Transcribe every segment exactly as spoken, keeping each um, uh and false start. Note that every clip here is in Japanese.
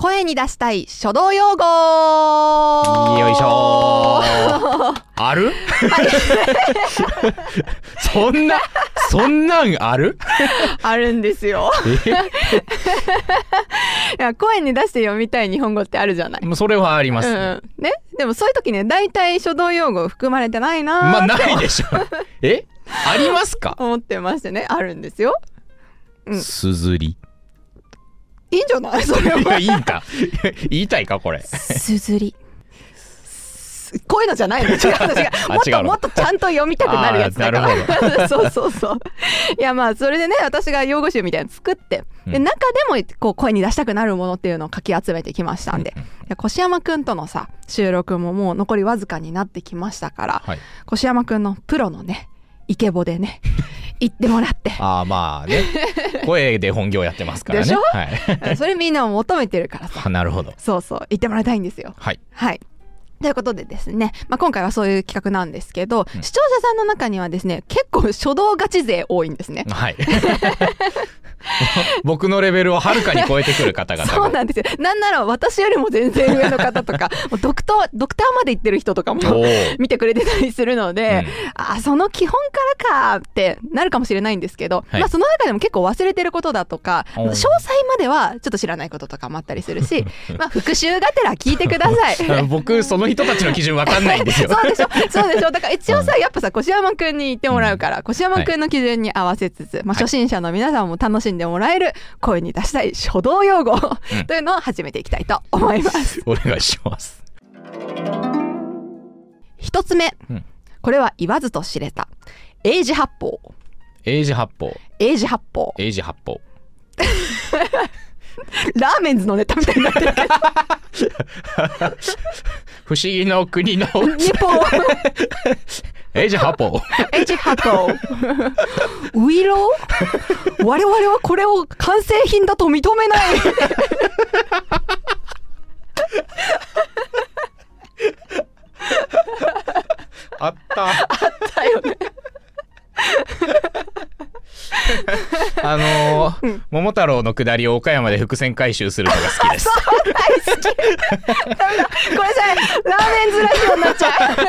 声に出したい書道用語。 よいしょー。ある？そんなそんなんある？ あるんですよ。いや、声に出して読みたい日本語ってあるじゃない。 もうそれはありますね。 うん、ね。でもそういう時ね、大体書道用語含まれてないなーまあないでしょ。え？ありますか？ 思ってましてね、あるんですよ。 うん、すずり。 いいんじゃない？それは。 いいんか。言いたいかこれ。 すずり。こういうのじゃないの。違う違う。もっともっとちゃんと読みたくなるやつだから。そうそうそう。いやまあそれでね、私が用語集みたいなの作って、で中でもこう声に出したくなるものっていうのをかき集めてきましたんで、越山くんとのさ収録ももう残りわずかになってきましたから、はい、越山くんのプロのねイケボでね言ってもらって。 ああまあね。声で本業やってますからね。 でしょ？ はい。 それみんなも求めてるからさ。 なるほど。 そうそう言ってもらいたいんですよ。 はい。 はい。ということでですね、まあ、今回はそういう企画なんですけど、うん、視聴者さんの中にはですね、結構書道ガチ勢多いんですね。 はい。僕のレベルをはるかに超えてくる方々が。 そうなんですよ。なんなら私よりも全然上の方とか、もうドクター、ドクターまで行ってる人とかも見てくれてたりするので、うん、あ、その基本からかってなるかもしれないんですけど、はい、まあその中でも結構忘れてることだとか、詳細まではちょっと知らないこととかもあったりするし、まあ復習がてら聞いてください。 僕、その人たちの基準わかんないんですよ。 そうでしょ、そうでしょ。だから一応さ、やっぱさ、越山くんに言ってもらうから、うん、越山くんの基準に合わせつつ、はい、まあ初心者の皆さんも楽しんでもらえる声に出したい書道用語、うん、というのを始めていきたいと思います。 お願いします。 一つ目、うん、これは言わずと知れた英字八方。 英字八方。 英字八方。 英字八方。 ラーメンズのネタみたいになってるけど。 不思議の国の日本。 英字八方。 英字八方。ウイロー？我々はこれを完成品だと認めない。 あった。 あったよね。 あのーうん、桃太郎の下りを岡山で伏線回収するのが好きです。 そう大好き。ダメだ、これじゃラーメンズラジオになっち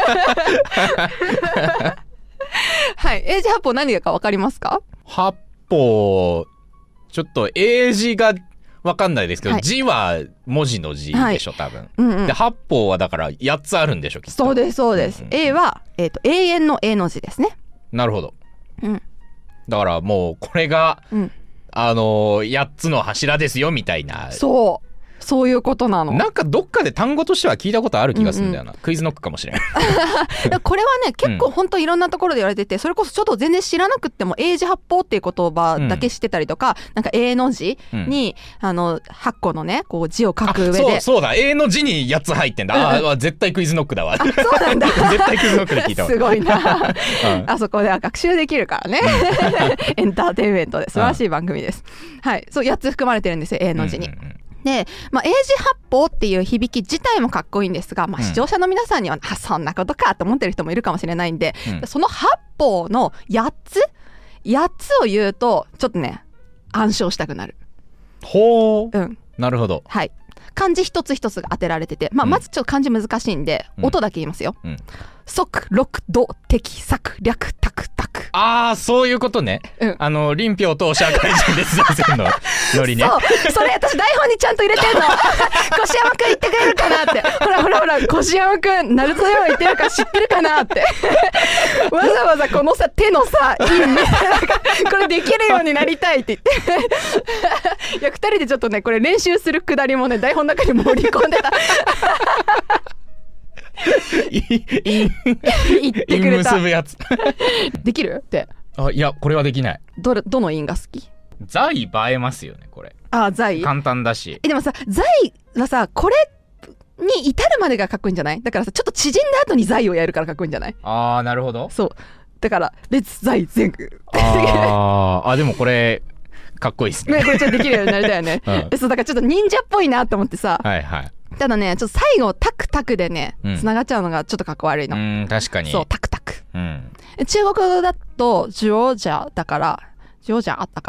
ゃう。はい、英字八方何か分かりますか？ 八方ちょっと英字が分かんないですけど、はい、字は文字の字でしょ、はい、多分、うんうん、で八方はだからやっつあるんでしょきっと。 そうですそうです、うんうん、A は、えーと、永遠の A の字ですね。 なるほど、 うん、 だからもうこれが、うん、あのー、やっつの柱ですよみたいな。そうそういうことなの。 なんかどっかで単語としては聞いたことある気がするんだよな、うんうん、クイズノックかもしれない。 これはね結構本当いろんなところで言われてて、それこそちょっと全然知らなくっても英字八方っていう言葉だけ知ってたりとか、うん、なんか英の字に、うん、あのはっこのねこう字を書く上で、 そうそうだ、英の字にやつ入ってんだ、うん、あ絶対クイズノックだわ。 そうなんだ。 絶対クイズノックで聞いたわ。すごいな、うん、あそこでは学習できるからね。エンターテインメントで素晴らしい番組です、うん、はい、そうやっつ含まれてるんですよ英の字に、うんうんうん。で、まあ、英字八方っていう響き自体もかっこいいんですが、まあ、視聴者の皆さんには、うん、あそんなことかと思ってる人もいるかもしれないんで、うん、その八方のやっつやっつを言うとちょっとね暗唱したくなる。 ほう、 うん、 なるほど。 はい、漢字一つ一つが当てられてて、まあ、まずちょっと漢字難しいんで、うん、音だけ言いますよ、うん、即六度適策略択択。 ああそういうことね、うん、あの臨氷等社会人ですよ先生のノリね。 そうそれ私台本にちゃんと入れてんの。越山くん言ってくれるかなって。ほらほらほら越山くんナルトでも言ってるから知ってるかなって。わざわざこのさ手のさいいねこれできるようになりたいって言っていやふたりでちょっとねこれ練習するくだりもね台本の中に盛り込んでた。 いい言ってくれた。 結ぶやつできるって。 あいやこれはできない。 どれどの韻が好き？ 在映えますよねこれ。 あ在簡単だし。 えでもさ在はさこれに至るまでがかっこいいんじゃない？だからさちょっと縮んだ後に在をやるからかっこいいんじゃない？あーなるほど。 そうだから列在全部。 ああでもこれかっこいいですね。 ねこれちょっとできるようになりたいよね、うん、そうだからちょっと忍者っぽいなと思ってさ。 はいはい。 ただねちょっと最後タクタクでねつな、うん、がっちゃうのがちょっとかっこ悪いの。 うん確かに。 そうタクタク、 うん、 中国語だとジョージャだからジョージャあったから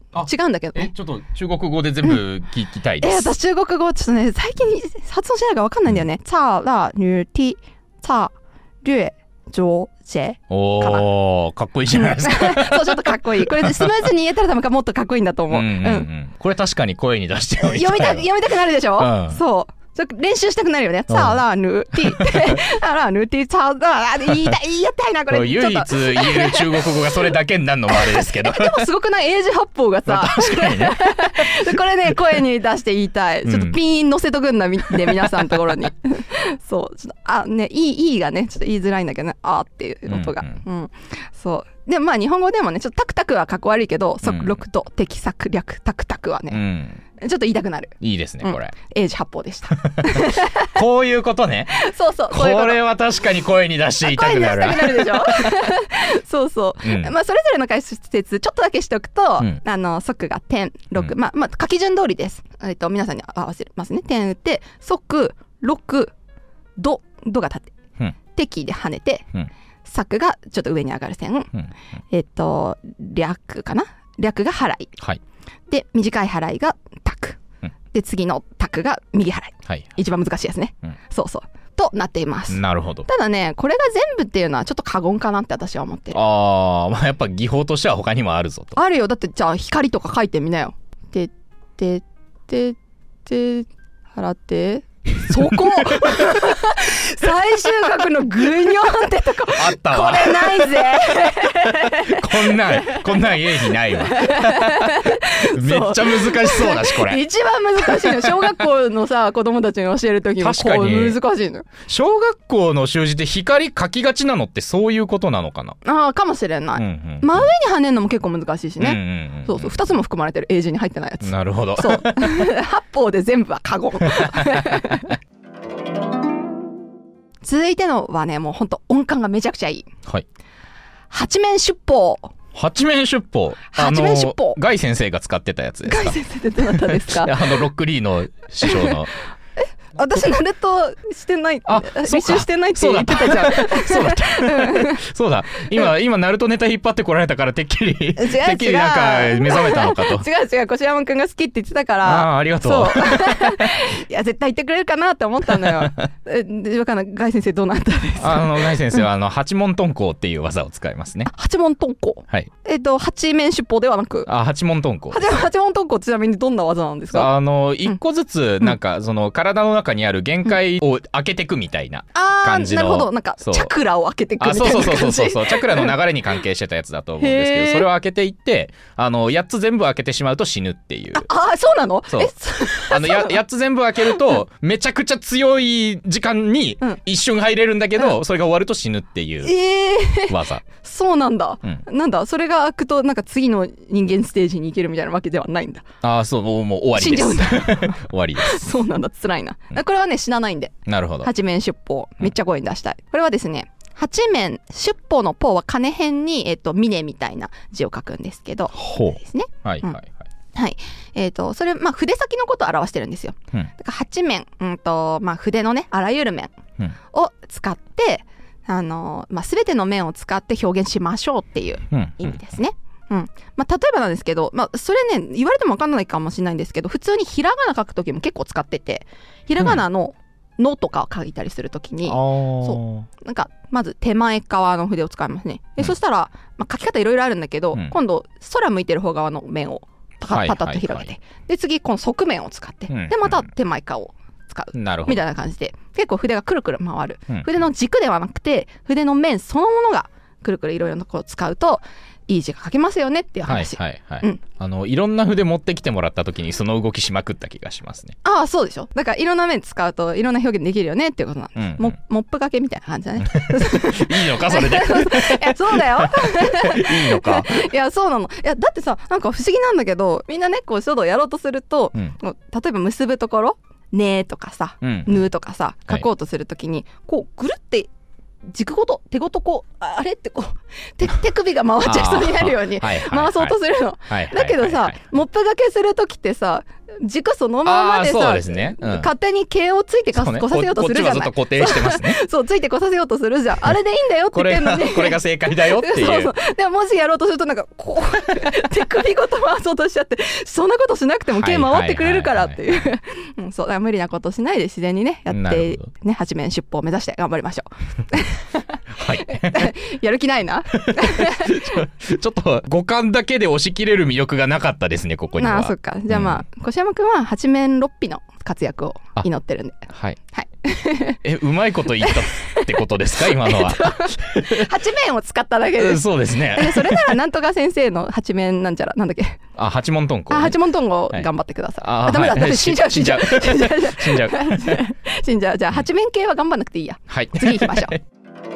違うんだけどね。 えちょっと中国語で全部聞きたいです、うん、 えー、私中国語ちょっとね最近発音しないから分かんないんだよね。差拉女提差略上姐。 おーかっこいいじゃないですかそうちょっとかっこいい。これスムーズに言えたら多分もっとかっこいいんだと思う。うんうん、うん、 これ確かに声に出して読みたい。 読みた読みたくなるでしょ、うん、そう練習したくなるよね。さあらぬティあらぬティさあら言いたい言いたいなこれ。 唯一言える中国語がそれだけになるのもあれですけどでもすごくない英字発砲がさ、 確かにねこれね声に出して言いたい。ちょっとピン乗せとくんだで皆さんのところにそうちょっとあねいいいいがねちょっと言いづらいんだけどねあーっていう音が、うん、うんうん、そうでまあ日本語でもねちょっとタクタクはかっこ悪いけど速録と適策略タクタクはね、うんちょっと言いたくなる。いいですね、これ。 英字発砲でした。 こういうことね。 そうそう。 これは確かに声に出して言いたくなる。 声に出したくなるでしょそうそう。うん、まあ、それぞれの解説、ちょっとだけしておくと、うん、あの、速が点、ろく。うん、まあ、まあ、書き順通りです。えっと、皆さんに合わせますね。点打って、速、ろく、ど、どが立って、うん、適で跳ねて、うん、策がちょっと上に上がる線。うん、えっと、略かな略が払い。はい。で短い払いがタク、うん、で次のタクが右払い、はい、一番難しいやつね、うん、そうそうとなっています。 なるほど。 ただねこれが全部っていうのはちょっと過言かなって私は思ってる。 あー、まあやっぱ技法としては他にもあるぞと。 あるよ。だってじゃあ光とか書いてみなよ。でででで払ってそこ最終角のグニョンってとこあったわ。 これないぜこんなんこんなん家にないわめっちゃ難しそうだしこれ一番難しいの。小学校のさ子供たちに教える時もこう難しいの。 小学校の習字で光書きがちなのってそういうことなのかな。 ああかもしれない、うんうんうん、真上に跳ねるのも結構難しいしね、うんうんうん、そうそうふたつも含まれてる英字に入ってないやつ。 なるほど。 そう八方で全部は過言続いてのはねもうほんと音感がめちゃくちゃいい、はい、八面出法。 八面出法八面出法ガイ先生が使ってたやつですか。 ガイ先生ってどなたですかあのロックリーの師匠の私ナルトしてない履修してないって言ってたじゃん。 そうだったそうだ今今ナルトネタ引っ張ってこられたからてっきりてっきりなんか目覚めたのかと。 違う違う、越山くんが好きって言ってたから。 ああありがとう。 いや絶対言ってくれるかなって思ったのよ。でわかんない。ガイ先生どうなったんですか。 あのガイ先生はあの八門遁甲っていう技を使いますね。 八門遁甲。はい。えっと八面出法ではなく。 あ八門遁甲。 八門遁甲ちなみにどんな技なんですか。 あの一個ずつなんかその体の中にある限界を開けていくみたいな感じの、 あーなるほど。なんかチャクラを開けていくみたいな感じ。 あそうそうそうそうそうチャクラの流れに関係してたやつだと思うんですけどそれを開けていってあのやっつ全部開けてしまうと死ぬっていう。 ああそうなの。 そうあの や, やっつ全部開けるとめちゃくちゃ強い時間に一瞬入れるんだけど、うん、それが終わると死ぬっていう技、えー、 そうなんだ、うん、なんだそれが開くとなんか次の人間ステージに行けるみたいなわけではないんだ。 ああそうもうもう終わりです。死んじゃうんだ終わりです。 そうなんだ辛いな、うん、これはね死なないんで。 なるほど。 八面出法めっちゃ声に出したい、うん、これはですね八面出法のポは金辺に、えー、と峰みたいな字を書くんですけどほうですね。 はいはいはい、 うん、はいえー、とそれ、まあ、筆先のことを表してるんですよ、うん、だから八面、うんとまあ、筆のねあらゆる面を使って、うんあのまあ、全ての面を使って表現しましょうっていう意味ですね、うんうんまあ、例えばなんですけど、まあ、それね言われても分かんないかもしれないんですけど普通にひらがな書くときも結構使っててひらがなののとかを書いたりするときに、うん、そうなんかまず手前側の筆を使いますね。で、うん、そしたら、まあ、書き方いろいろあるんだけど、うん、今度空向いてる方側の面をパタッと広げて、はいはいはい、で次この側面を使って、うん、でまた手前側を使う、うん、みたいな感じで結構筆がくるくる回る、うん、筆の軸ではなくて筆の面そのものがくるくるいろいろなところを使うといい字が書けますよねっていう話。 はいはいはい、うん、あのいろんな筆持ってきてもらった時にその動きしまくった気がしますね。 ああそうでしょ。だからいろんな面使うといろんな表現できるよねっていうことなんです、うんうん、モ, モップ掛けみたいな感じだねいいのかそれでいやそうだよいいのかいやそうなの。いやだってさなんか不思議なんだけどみんなねこう書道やろうとすると、うん、例えば結ぶところねとかさ、うん、ぬとかさ書こうとするときに、はい、こうぐるって軸ごと手ごとこうあれってこう 手, 手首が回っちゃいそうになるように回そうとするの。だけどさモップがけするときってさ軸そのままでさ、 そうですね、うん、 勝手に毛をついてこさせようとするじゃない。 こっちはずっと固定してますね。 そうついてこさせようとするじゃん。あれでいいんだよって言ってんのにこれがこれが正解だよっていう。そうそうでも文字やろうとするとなんかこう手首ごと回そうとしちゃって、そんなことしなくても毛回ってくれるからっていう、そうだから無理なことしないで自然にねやってね、八面出歩を目指して頑張りましょう。はいやる気ないな。 ちょっと五感だけで押し切れる魅力がなかったですねここには。 ああそっか。じゃあまあ、うん、越山くんは八面六臂の活躍を祈ってるんで。 はいはいえうまいこと言ったってことですか今のは。 八面を使っただけです。 そうですね。 それならなんとか先生の八面なんちゃらなんだっけ。 あ八門遁甲、ね、 あ八門遁甲頑張ってください。 はい、 あダメだ、はい、死んじゃう死んじゃう死んじゃう死んじゃう死んじゃう。じゃあ八面系は頑張んなくていいや。 はい次行きましょう。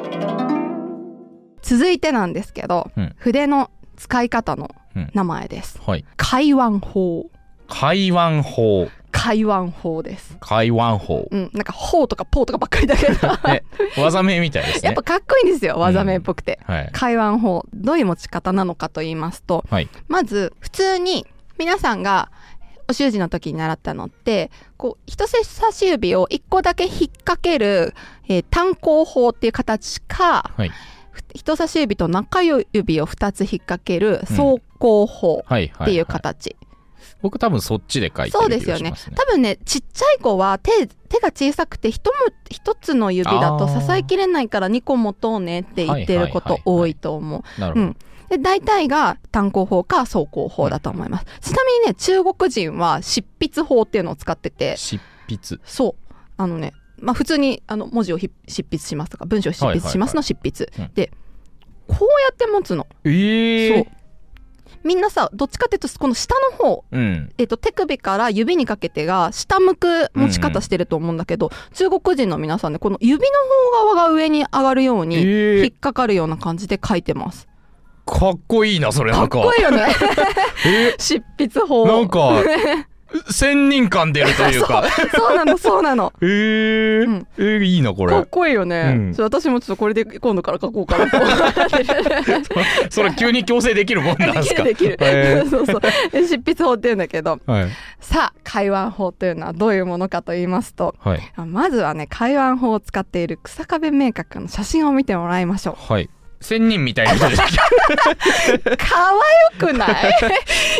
続いてなんですけど、うん、筆の使い方の名前です。 うんはい、 海湾法。 海湾法。 海湾法です。 海湾法。 うん、なんか法とかポーとかばっかりだけど。 ね、技名みたいですね。 やっぱかっこいいんですよ、技名っぽくて。 うんはい、 海湾法。どういう持ち方なのかと言いますと、はい、まず普通に皆さんがお習字の時に習ったのって、こう人差し指をいっこだけ引っ掛ける、えー、単行法っていう形か、はい、人差し指と中指をふたつ引っ掛ける双行法っていう形。 僕多分そっちで書いてる気がしますね。 そうですよね。多分ねちっちゃい子は 手, 手が小さくて一つの指だと支えきれないからにこ持とうねって言ってること多いと思う。 なるほど。 で大体が単行法か双行法だと思います、うん、ちなみにね中国人は執筆法っていうのを使ってて。 執筆。そうあのねまあ普通にあの文字を執筆しますとか文章を執筆しますの執筆、はいはいはい、でこうやって持つの。 えー、 そうみんなさどっちかっていうとこの下の方、うんえー、と手首から指にかけてが下向く持ち方してると思うんだけど、うんうん、中国人の皆さんねこの指の方側が上に上がるように引っかかるような感じで書いてます。 えー、かっこいいなそれ。なんかかっこいいよね。執筆法なんか先人感出るというか。 そう、そうなのそうなの。 えー、うん、えー、いいなこれ。 かっこいいよね、うん、私もちょっとこれで今度から書こうかなと。 それ急に強制できるもんなんですか。 できるできる、えー、そうそう執筆法っていうんだけど、 はい、 さあ海湾法というのはどういうものかと言いますと、 はい、 まずはね海湾法を使っている日下部明確の写真を見てもらいましょう。 はい仙人みたいな人です。 かわよくない？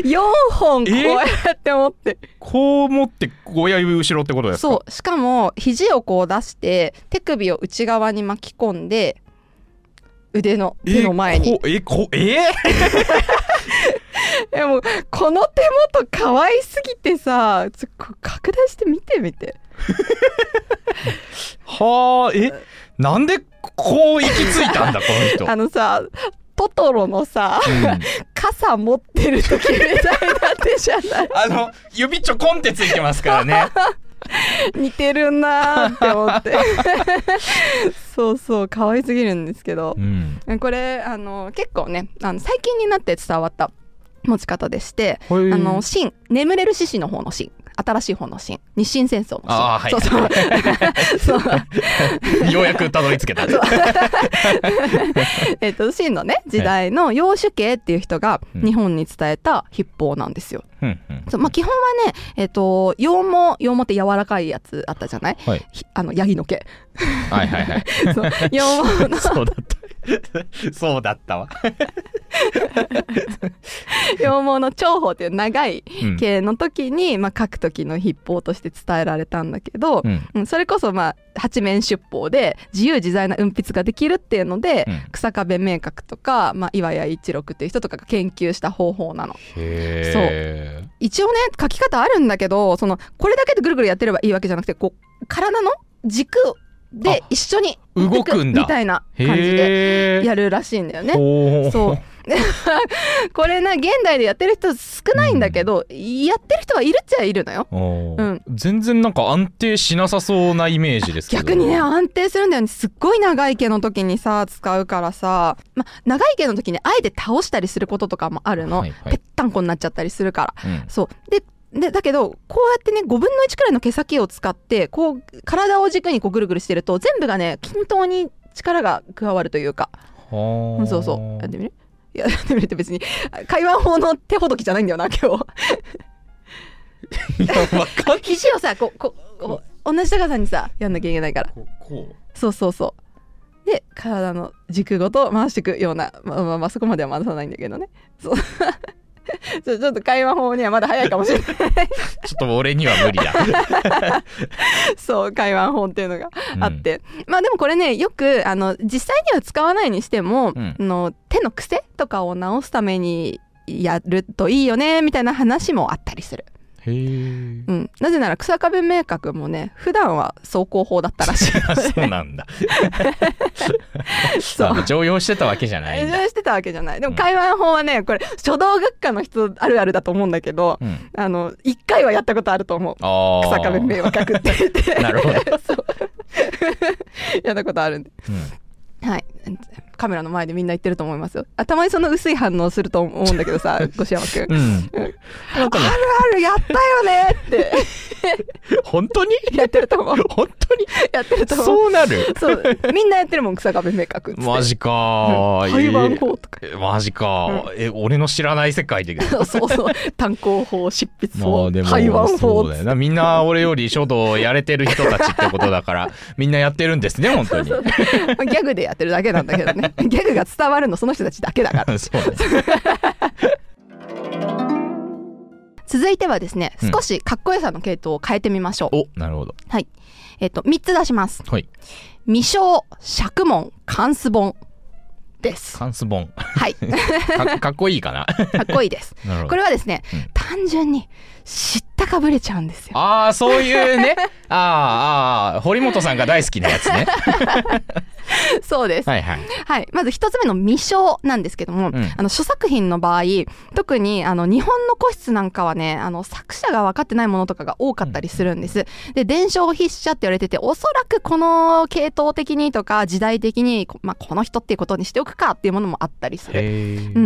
よんほんこうやって持ってこう持って親指後ろってことですか？ そうしかも肘をこう出して手首を内側に巻き込んで腕の手の前にえこええでもこの手元かわいすぎてさちょ拡大して見てみて。 はあえなんでこう行き着いたんだこの人。 あのさトトロのさ、うん、傘持ってる時みたいな手じゃない？ あの指ちょこんってついてますからね。 似てるなーって思ってそうそう可愛すぎるんですけど、うん、これあの結構ねあの最近になって伝わった持ち方でして、あの秦眠れる獅子の方の秦新しい方の秦日清戦争の秦。あ、はい、そうそうそうようやくたどり着けた。 えっと秦のね時代の楊守慶っていう人が日本に伝えた筆法なんですよ、うんうんそうまあ、基本はねえっと羊毛羊毛って柔らかいやつあったじゃない、はい、あのヤギの毛はいはいはいそう羊毛のそうだったそうだったわ羊毛の長鋒っていう長い毛の時に、うんまあ、書く時の筆法として伝えられたんだけど、うんうん、それこそまあ八面出法で自由自在な鉛筆ができるっていうので、うん、日下部明確とか、まあ、岩谷一六っていう人とかが研究した方法なの。 へそう一応ね書き方あるんだけどそのこれだけでぐるぐるやってればいいわけじゃなくてこう体の軸で一緒に動くんだみたいな感じでやるらしいんだよね。そうこれな現代でやってる人少ないんだけど、うん、やってる人はいるっちゃいるのよ、 うん、全然なんか安定しなさそうなイメージですけど逆にね安定するんだよね。すっごい長い毛の時にさ使うからさ、ま、長い毛の時にあえて倒したりすることとかもあるの、はいはい、ぺったんこになっちゃったりするから、うん、そうででだけどこうやってねごぶんのいちくらいの毛先を使ってこう体を軸にこうぐるぐるしてると全部がね均等に力が加わるというかそうそうやってみるいややってみるって別に海湾法の手ほどきじゃないんだよな今日いやわかん肘をさこうこうこう同じ高さにさやんなきゃいけないから。 ここうそうそうそうで体の軸ごと回していくような、まあまあ、まあそこまでは回さないんだけどね。そうちょちょっと会話法にはまだ早いかもしれないちょっと俺には無理だそう会話法っていうのがあって、うん、まあでもこれねよくあの実際には使わないにしても、うん、の手の癖とかを直すためにやるといいよねみたいな話もあったりする。 へー、 うん、なぜなら草壁明覚もね普段は走行法だったらしいそうなんだそう常用してたわけじゃないんだ。 常用してたわけじゃない。でも会話法はねこれ書道学科の人あるあるだと思うんだけど、うん、あのいっかいはやったことあると思う。草壁明覚って言ってなるほどそうやったことあるんで、うん、はいカメラの前でみんな言ってると思いますよ。あたまにその薄い反応すると思うんだけどさ越山くん、うんうん、あるあるやったよねって本当にやってると思う。 本当にやってると思う。 そうなるそうみんなやってるもん草壁明覚ってマジかー、 うん、廃盤法とか、 えー、マジかー、うん、え俺の知らない世界でそうそう単行法執筆法廃盤法だよな。みんな俺より書道やれてる人たちってことだからみんなやってるんですね本当にそうそうそうギャグでやってるだけなんだけどねギャグが伝わるのその人たちだけだからそうね続いてはですね、少しかっこよさの系統を変えてみましょう。 お、なるほど。 はい。えっと、みっつ出します。 はい。 未生、釈門、漢数本です。 漢数本。 はい。 か, かっこいいかな。 かっこいいです。 なるほど。 これはですね、うん、単純に知ったかぶれちゃうんですよ。 ああ、そういうね。ああ、ああ、堀本さんが大好きなやつね。 そうです。 はいはい。 はい。まず一つ目の未生なんですけども、うん、あの諸作品の場合、特にあの日本の古筆なんかはね、あの作者が分かってないものとかが多かったりするんです。うん、で、伝承筆者って言われてて、おそらくこの系統的にとか時代的に、まあ、この人っていうことにしておくかっていうものもあったりする。うん。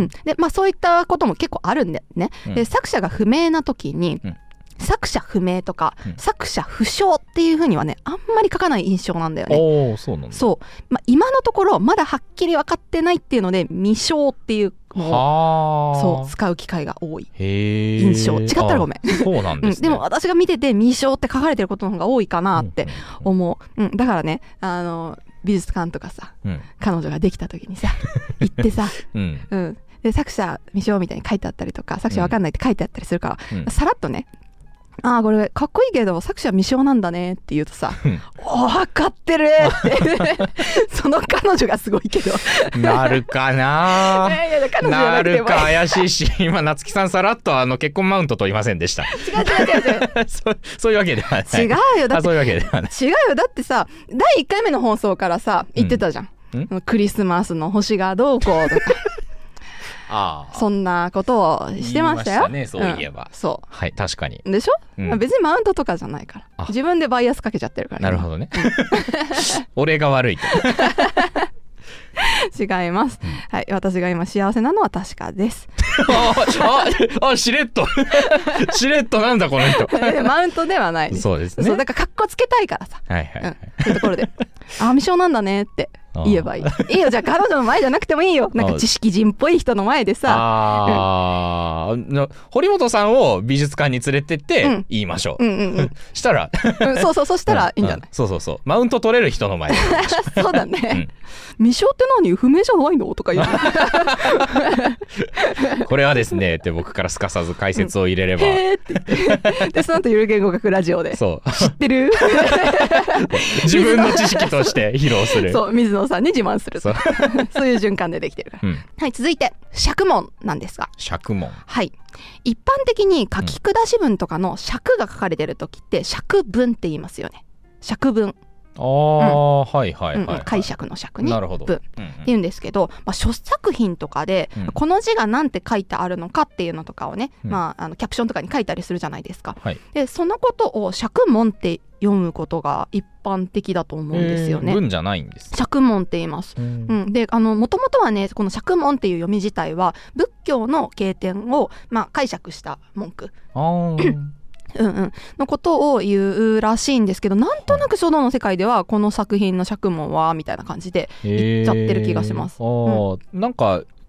で、まあそういったことも結構あるんでね。うん、で、作者が不明な時に、うん作者不明とか、うん、作者不詳っていう風にはねあんまり書かない印象なんだよね。 おー、そうなんだ。 そう、まあ、今のところまだはっきり分かってないっていうので未生っていうのをそう使う機会が多い印象。違ったらごめん。 そうなんですね。 うん、でも私が見てて未生って書かれてることの方が多いかなって思う。うん、うんうん、だからねあの美術館とかさ、うん、彼女ができた時にさ行ってさ、うんうん、で作者未生みたいに書いてあったりとか作者分かんないって書いてあったりするから、うん、さらっとねああこれかっこいいけど作者未生なんだねって言うとさお分かってるってその彼女がすごいけどなるかな。 いやいや彼女じゃななくてるか怪しいし今夏木さんさらっとあの結婚マウントと言いませんでした。違う違う違う違うそ, そういうわけではない。 違うよだってそういうわけではない。 違うよだってさだいいっかいめの放送からさ言ってたじゃん、うん、クリスマスの星がどうこうとかあそんなことをしてましたよ。 言いましたね、そういえば、うん、そうはい確かにでしょ、うん、別にマウントとかじゃないから自分でバイアスかけちゃってるから、ね、 なるほどね俺が悪いと違います、うん、はい私が今幸せなのは確かですあああしれっとしれっとなんだこの人マウントではない、ね、 そうですね。 そうだからカッコつけたいからさはいはい、はいうん、 そういうところであ未生なんだねって言えばいい。いいよじゃあ彼女の前じゃなくてもいいよ。なんか知識人っぽい人の前でさ。 ああ、うん、堀本さんを美術館に連れてって言いましょう。うんうんうん、したら、 うん、そうそうそしたらいいんじゃない、うんうん、 そうそうそうマウント取れる人の前でそうだね。うん、未生って何不明じゃないのとか言う。 これはですねって僕からすかさず解説を入れれば。うん、 へーって言ってでその後ゆる言語学ラジオで。 そう知ってる？ 自分の知識として披露する。 そう水野さんに自慢する。そうそういう循環でできてるから、うん、はい続いて釈門なんですが釈門はい一般的に書き下し文とかの釈が書かれてる時って釈文って言いますよね。釈文ああ、うん、はいはいはい、はい、 解釈の釈になるほど文って言うんですけど、まあ、諸作品とかで、うん、この字が何て書いてあるのかっていうのとかをね、うんまあ、あのキャプションとかに書いたりするじゃないですか、はい、でそのことを釈門って読むことが一般的だと思うんですよね。 文じゃないんです。 釈門って言います。うん、であのもともとはねこの釈門っていう読み自体は仏教の経典を、まあ、解釈した文句あうんうん、のことを言うらしいんですけどなんとなく書道の世界ではこの作品の釈門はみたいな感じで言っちゃってる気がします。 えー、あうん、なんか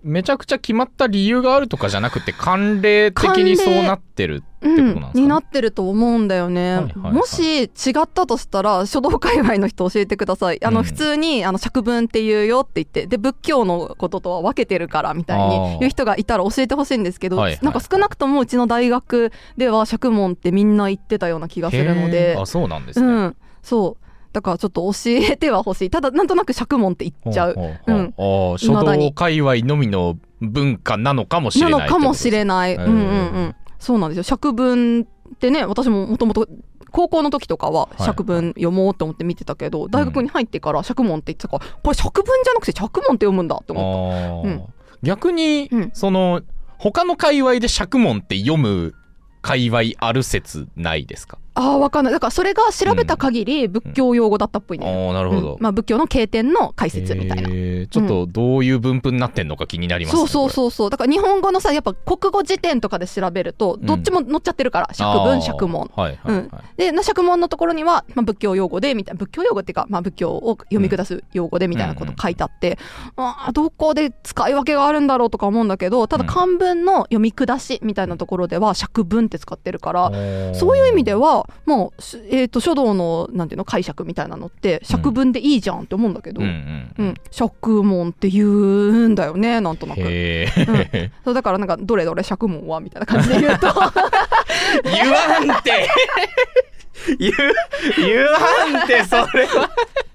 めちゃくちゃ決まった理由があるとかじゃなくて慣例的にそうなってるってことなんですかね、 うん、になってると思うんだよね、はいはいはい、もし違ったとしたら書道界隈の人教えてください。あの、うん、普通にあの釈文って言うよって言ってで仏教のこととは分けてるからみたいに言う人がいたら教えてほしいんですけど、はいはい、なんか少なくともうちの大学では釈文ってみんな言ってたような気がするので。 あ、そうなんですね、 うん、そうだからちょっと教えてはほしい。ただなんとなく釈文って言っちゃう。うん、 あ、書道界隈のみの文化なのかもしれない。なのかもしれない。うんうんうん。そうなんですよ。釈文ってね、私ももともと高校の時とかは釈文読もうと思って見てたけど、はい、大学に入ってから釈文って言ってたから、うん、これ釈文じゃなくて釈文って読むんだって思った。うん、 逆に、うん、その他の界隈で釈文って読む界隈ある説ないですか？ ああ、わかんない。だからそれが調べた限り仏教用語だったっぽいね、 うんうん、ああ、なるほど、 うん、まあ、仏教の経典の解説みたいな、 えー、ちょっとどういう分布になってんのか気になりますね、 うん、そうそうそうそう。だから日本語のさ、やっぱ国語辞典とかで調べるとどっちも載っちゃってるから、うん、釈文釈問、はいはいはい、うん、で釈問のところには、まあ、仏教用語でみたいな、仏教用語っていうか、まあ、仏教を読み下す用語でみたいなこと書いてあって、うんうんうん、あどこで使い分けがあるんだろうとか思うんだけど、ただ漢文の読み下しみたいなところでは釈文って使ってるから、うん、そういう意味ではもうえー、と書道のなんていうの解釈みたいなのって釈文でいいじゃんって思うんだけど、うんうんうんうん、釈文って言うんだよね、なんとなく、へー、うん、そうだからなんかどれどれ釈文はみたいな感じで言うと言わんて言う言わんてそれは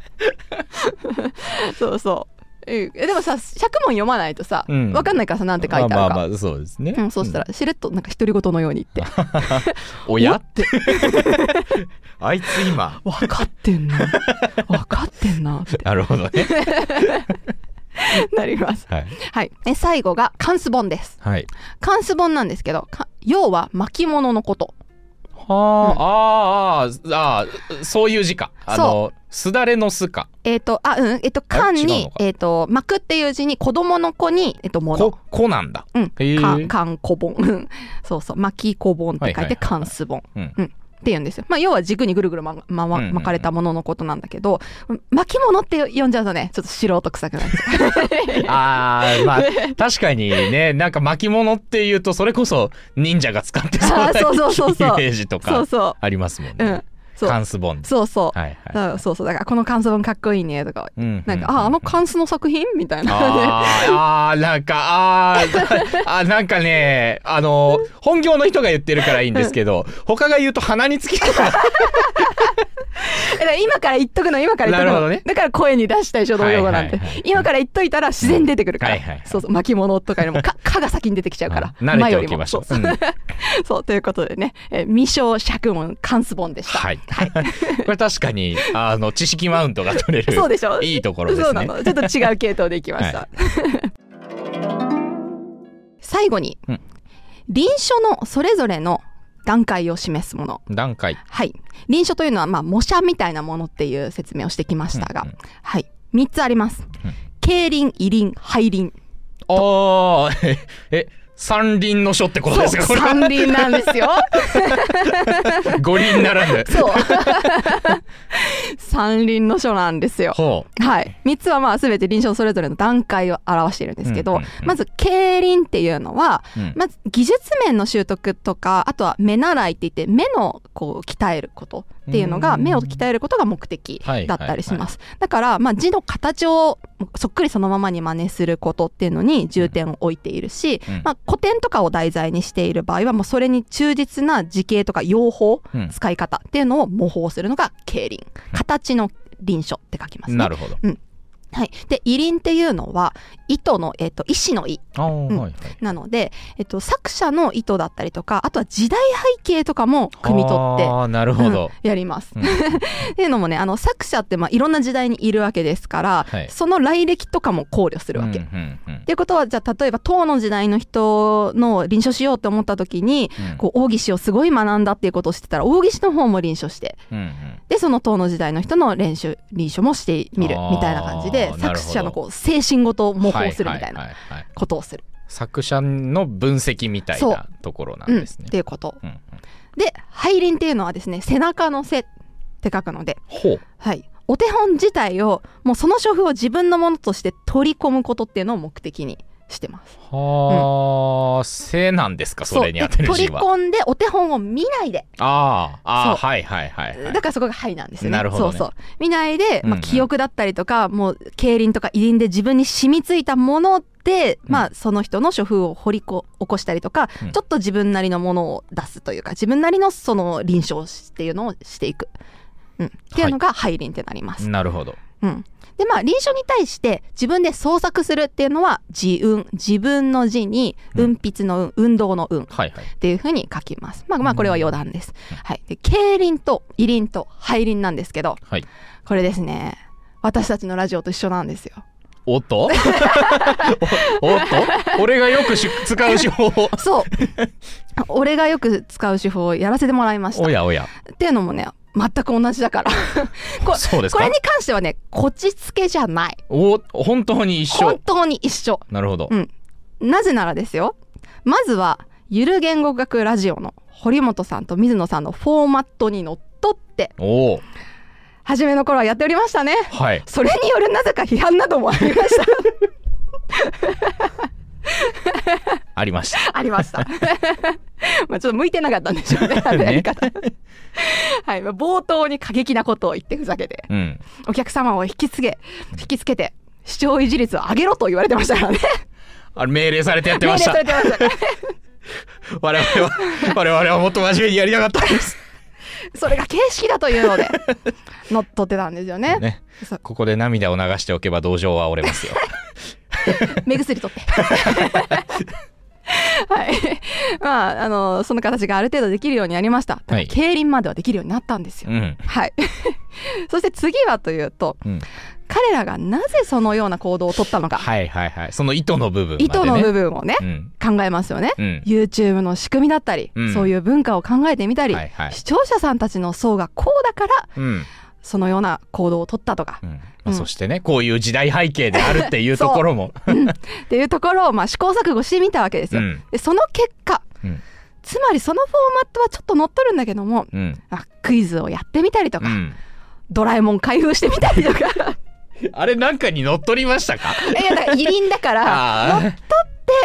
そうそうえでもさ釈文読まないとさ、うん、分かんないからさ、なんて書いてあるか、まあまあまあそうですね、うん、そうしたらしれっとなんか独り言のように言っておやってあいつ今分かってんな分かってんなってなるほどねなります、はいはい、え最後が漢詩本です、はい、漢詩本なんですけど、要は巻物のこと。 はあ、うん、あああそういう字か。あのすだれのすか。 えっ、ー、とあうんえっ、ー、と漢にえっ、ー、と巻くっていう字に子供の子にえっ、ー、ともの。 ここなんだ。 うん。漢漢小本。そうそう巻き小本って書いて漢詩本。うん。うんって言うんですよ。まあ、要は軸にぐるぐるま、ま、巻かれたもののことなんだけど、うんうん、巻物って呼んじゃうとね、ちょっと素人臭くなっちゃう。ああ、まあ、確かにね、なんか巻物っていうと、それこそ忍者が使ってそうなイメージとかありますもんね。うん、漢詩本。 そうそう。はいはいはい、そうそう。だからこの漢詩本かっこいいねとか、うんうんうん、なんか、あ、あの漢詩の作品みたいな。 ああ、なんか、ああ、なんかね、あの、本業の人が言ってるからいいんですけど、他が言うと鼻につきそうな。 今から言っとくの、今から言っとくの。ね、だから声に出したい書道用語なんて、はいはいはい。今から言っといたら自然に出てくるから。うんはいはいはい、そうそう、巻物とかよりも、か、かが先に出てきちゃうから。 慣れておきましょう。 そう、うん、そう、ということでね、え未生釈文漢詩本でした。はい。はい、これ確かに、あの、知識マウントが取れる。そうでしょ。いいところですね。そうなの。 ちょっと違う系統でいきました。はい、最後に、うん、臨書のそれぞれの段階を示すもの。 段階。 はい。臨書というのは、まあ、模写みたいなものっていう説明をしてきましたが、うんうん、はい。みっつあります。うん、経臨、遺臨、拝臨。 ああ、え、三輪の書ってことですか？ そう、三輪なんですよ。 五輪ならぬ。 そう。三輪の書なんですよ。はい。みっつはまあ全て臨書それぞれの段階を表しているんですけど、うんうんうん、まず経臨っていうのは、うん、まず技術面の習得とか、あとは目習いって言って目のこう鍛えることっていうのが、目を鍛えることが目的だったりします。はいはいはい、だからまあ字の形をそっくりそのままに真似することっていうのに重点を置いているし、うん、まあ古典とかを題材にしている場合はもうそれに忠実な字形とか用法、うん、使い方っていうのを模倣するのが経臨、形の臨書って書きますね。 なるほど。うん、 はい、で遺臨っていうのは糸の、えー、と意思の意、うんはいはい、なので、えー、と作者の意図だったりとか、あとは時代背景とかも汲み取ってあなるほど、 うん、やります、うん、っていうのもね、あの作者ってまあいろんな時代にいるわけですから、はい、その来歴とかも考慮するわけ、うんうんうん、っていうことは、じゃあ例えば唐の時代の人の臨書しようと思った時に、うん、こう王羲之をすごい学んだっていうことを知ってたら王羲之の方も臨書して、うんうん、でその唐の時代の人の臨書臨書もしてみるみたいな感じで、作者のこう精神ごと模倣するみたいなことをする、 作者の分析みたいなところなんですね、 うん、っていうこと、うんうん、で拝臨っていうのはですね、背中の背って書くので、ほう、はい、お手本自体をもうその書風を自分のものとして取り込むことっていうのを目的にしてます。 はあ、うん、せなんですか、それに当てる字は。 取り込んでお手本を見ないで。 ああ、はいはいはい、はい。 だからそこがはいなんですよね。 なるほどね。 そうそう。見ないで、まあ、記憶だったりとか、うんうん、もう競輪とか遺輪で自分に染みついたもので、うん、まあその人の書風を掘りこ起こしたりとか、うん、ちょっと自分なりのものを出すというか、自分なりのその臨床っていうのをしていく、うん、っていうのが背輪ってなります。 なるほど。 うん。でまあ臨床に対して自分で創作するっていうのは自運、自分の字に運筆の運、うん、運動の運っていう風に書きます。まあまあこれは余談です。うん、はい。で競輪と遺輪と背輪なんですけど、はい、これですね、私たちのラジオと一緒なんですよ。 おっとおっと俺がよくし使う手法をそう俺がよく使う手法をやらせてもらいました。 おやおや。 っていうのもね、全く同じだからこ, そうですか。これに関してはね、こちつけじゃない。 お、本当に一緒。 本当に一緒。 なるほど、 うん、なぜならですよ、まずはゆる言語学ラジオの堀本さんと水野さんのフォーマットにのっとってお初めの頃はやっておりましたね。はい。それによるなぜか批判などもありましたありましたありましたまあちょっと向いてなかったんでしょうね、あのやり方、ねはい、冒頭に過激なことを言ってふざけて、うん、お客様を引きつけ引きつけて視聴維持率を上げろと言われてましたからねあれ命令されてやってました。命令されてました我々は我々はもっと真面目にやりたかったんですそれが形式だというので乗っ取ってたんですよ ね, ねここで涙を流しておけば同情は折れますよ目薬取ってはいまああのその形がある程度できるようになりました。はい、競輪まではできるようになったんですよ、うん、はいそして次はというと、うん、彼らがなぜそのような行動を取ったのか、 はいはいはい、その意図の部分まで、ね、 意図の部分をね、うん、考えますよね、うん、YouTube の仕組みだったり、うん、そういう文化を考えてみたり、はいはい、視聴者さんたちの層がこうだから、うん、そのような行動を取ったとか、うんまあ、そしてね、こういう時代背景であるっていうところも、 うん、っていうところをまあ試行錯誤してみたわけですよ、うん、でその結果、うん、つまりそのフォーマットはちょっと乗っ取るんだけども、うん、あクイズをやってみたりとか、うん、ドラえもん開封してみたりとかあれなんかに乗っ取りましたか？ いやだから遺輪だから乗っ取って、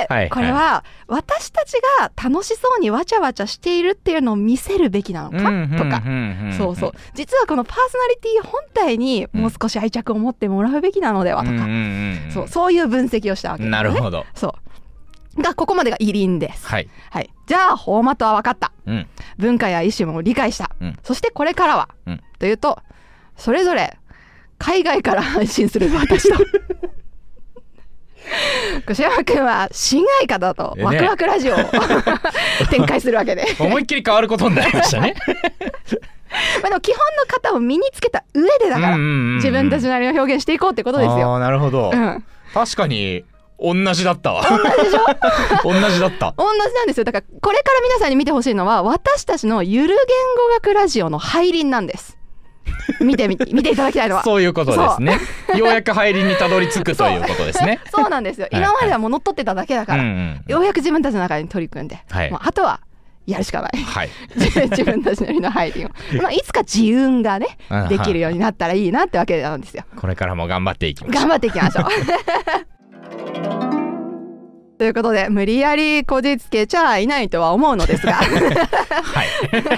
はいはい、これは私たちが楽しそうにわちゃわちゃしているっていうのを見せるべきなのかとか、そうそう、実はこのパーソナリティ本体にもう少し愛着を持ってもらうべきなのではとか、そう、そういう分析をしたわけですね。 なるほど。 そうがここまでが遺輪です、はいはい、じゃあフォーマットは分かった、うん、文化や意思も理解した、うん、そしてこれからは、うん、というとそれぞれ海外から配信する私と越山くんは新愛花だとワクワクラジオを、ね、展開するわけで思いっきり変わることになりましたねまあでも基本の型を身につけた上でだから、うんうんうんうん、自分たちなりの表現していこうってことですよ。 あ、なるほど、うん、確かに同じだったわ。 同じでしょ同じだった。 同じなんですよ。だからこれから皆さんに見てほしいのは私たちのゆる言語学ラジオの背輪なんです。見てみ見ていただきたいのはそういうことですね。ようやく背輪にたどり着くということですね。 そう、そうなんですよ。今まではもう乗っ取ってただけだから、はいはい、ようやく自分たちの中に取り組んで、はい、もうあとはやるしかない、はい、自分たちなりの背輪を、まあ、いつか自運がねできるようになったらいいなってわけなんですよ。 これからも頑張っていきましょう。 頑張っていきましょうということで無理やりこじつけちゃいないとは思うのですが、はい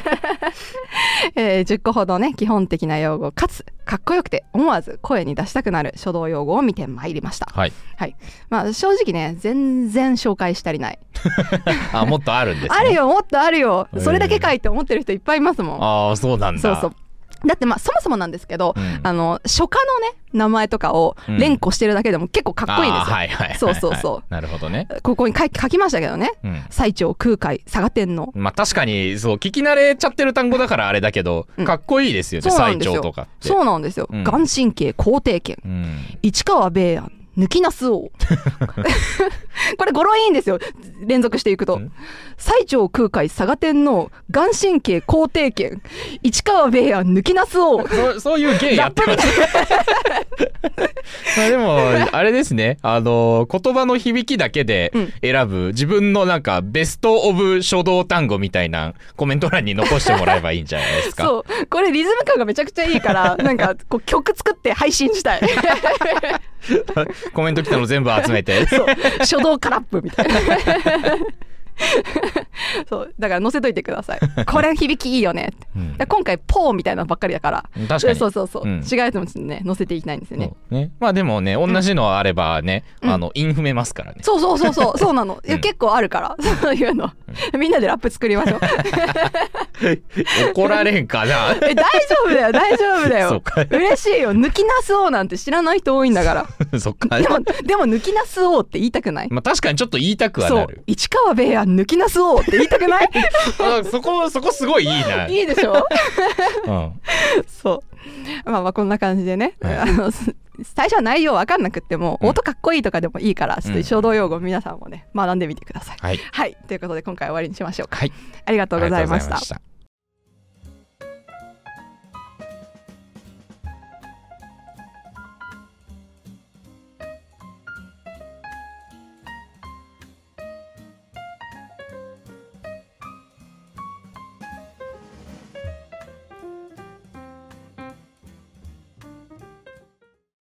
えー、じゅっこほどね基本的な用語かつかっこよくて思わず声に出したくなる書道用語を見てまいりました。はい、はい、まあ正直ね全然紹介し足りないあ、もっとあるんですね。 あるよ、もっとあるよ、それだけかいって思ってる人いっぱいいますもん。 ああ、そうなんだ。 そうそう、だってまあそもそもなんですけど、うん、あの書家のね名前とかを連呼してるだけでも結構かっこいいんですよ、うん、はいはいはいはい、そうそうそう、 なるほどね。 ここに書き、書きましたけどね、うん、最澄空海嵯峨天皇、 まあ確かにそう聞き慣れちゃってる単語だからあれだけど、うん、かっこいいですよね、最澄とかって。 そうなんですよ、うん、眼神経皇帝剣、うん、市川米安抜きなす王これ語呂いいんですよ、連続していくと。最澄空海嵯峨天皇眼神経皇帝剣市川米安抜きなす王そ, そういう芸やってますまあでもあれですね、あの言葉の響きだけで選ぶ、うん、自分のなんかベストオブ書道単語みたいなコメント欄に残してもらえばいいんじゃないですかそう、これリズム感がめちゃくちゃいいからなんかこう曲作って配信したいコメント来たの全部集めてそう書道カラップみたいなそうだから載せといてください。これ響きいいよねって、うん、今回ポーみたいなのばっかりだから確かにそうそうそう、うん、違うやつもね載せていきたいんですよね。 ねまあでもね同じのあればね、うん、あのインフメますからね。 そうそうそうそうそうなの、いや、うん、結構あるからそういうの、うん、みんなでラップ作りましょう怒られんかなえ大丈夫だよ大丈夫だよ嬉しいよ。抜きなす王なんて知らない人多いんだからそっかでもでも抜きなす王って言いたくない？ まあ確かにちょっと言いたくはなる。 そう市川ベイアン抜きなす王って言いたくないあそこそこすごいいいな。 いいでしょ、 うん、 そうまあまあこんな感じでね、はい、あの最初は内容分かんなくっても、うん、音かっこいいとかでもいいからちょっと書道用語皆さんもね学んでみてください。 はい、 はい、ということで今回は終わりにしましょうか。 はい、 ありがとうございました。